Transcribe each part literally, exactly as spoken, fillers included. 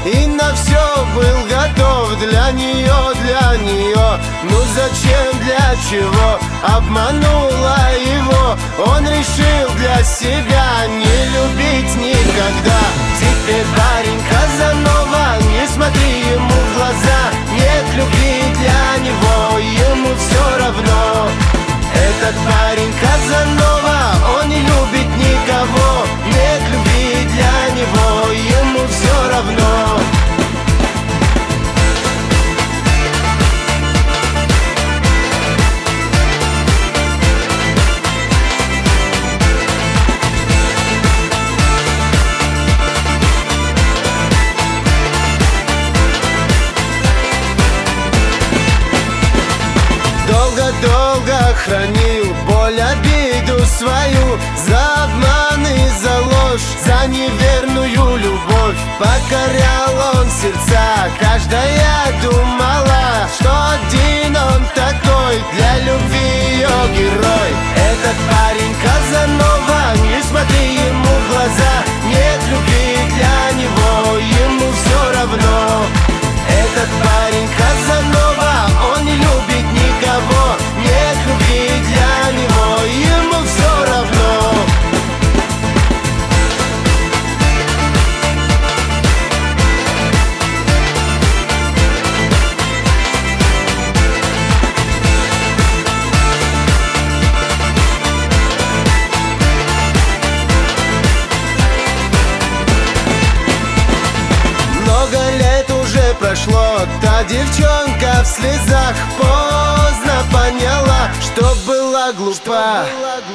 и на все был готов для нее, для нее. Ну зачем, для чего обманула его? Он решил для себя не любить никогда. Теперь парень Казанова, не смотри ему в глаза. Нет любви для него, ему все равно. Этот парень Казанова, он не любит никого. Нет любви для него, ему все равно. Долго-долго хранил боль, обиду свою, за обман и за ложь, за неверную любовь. Покорял он сердца, каждая думала, что один он такой, для любви ее герой. Этот парень Казанова, не смотри ему в глаза. Нет любви для него, ему все равно. Этот парень Казанова, он не любит никого. Нет любви для него, ему все равно. Много лет уже прошло, та девчонка в слезах поздно поняла, что была глупа.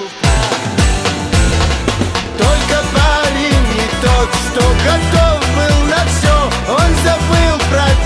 Только парень не тот, что готов был на все. Он забыл про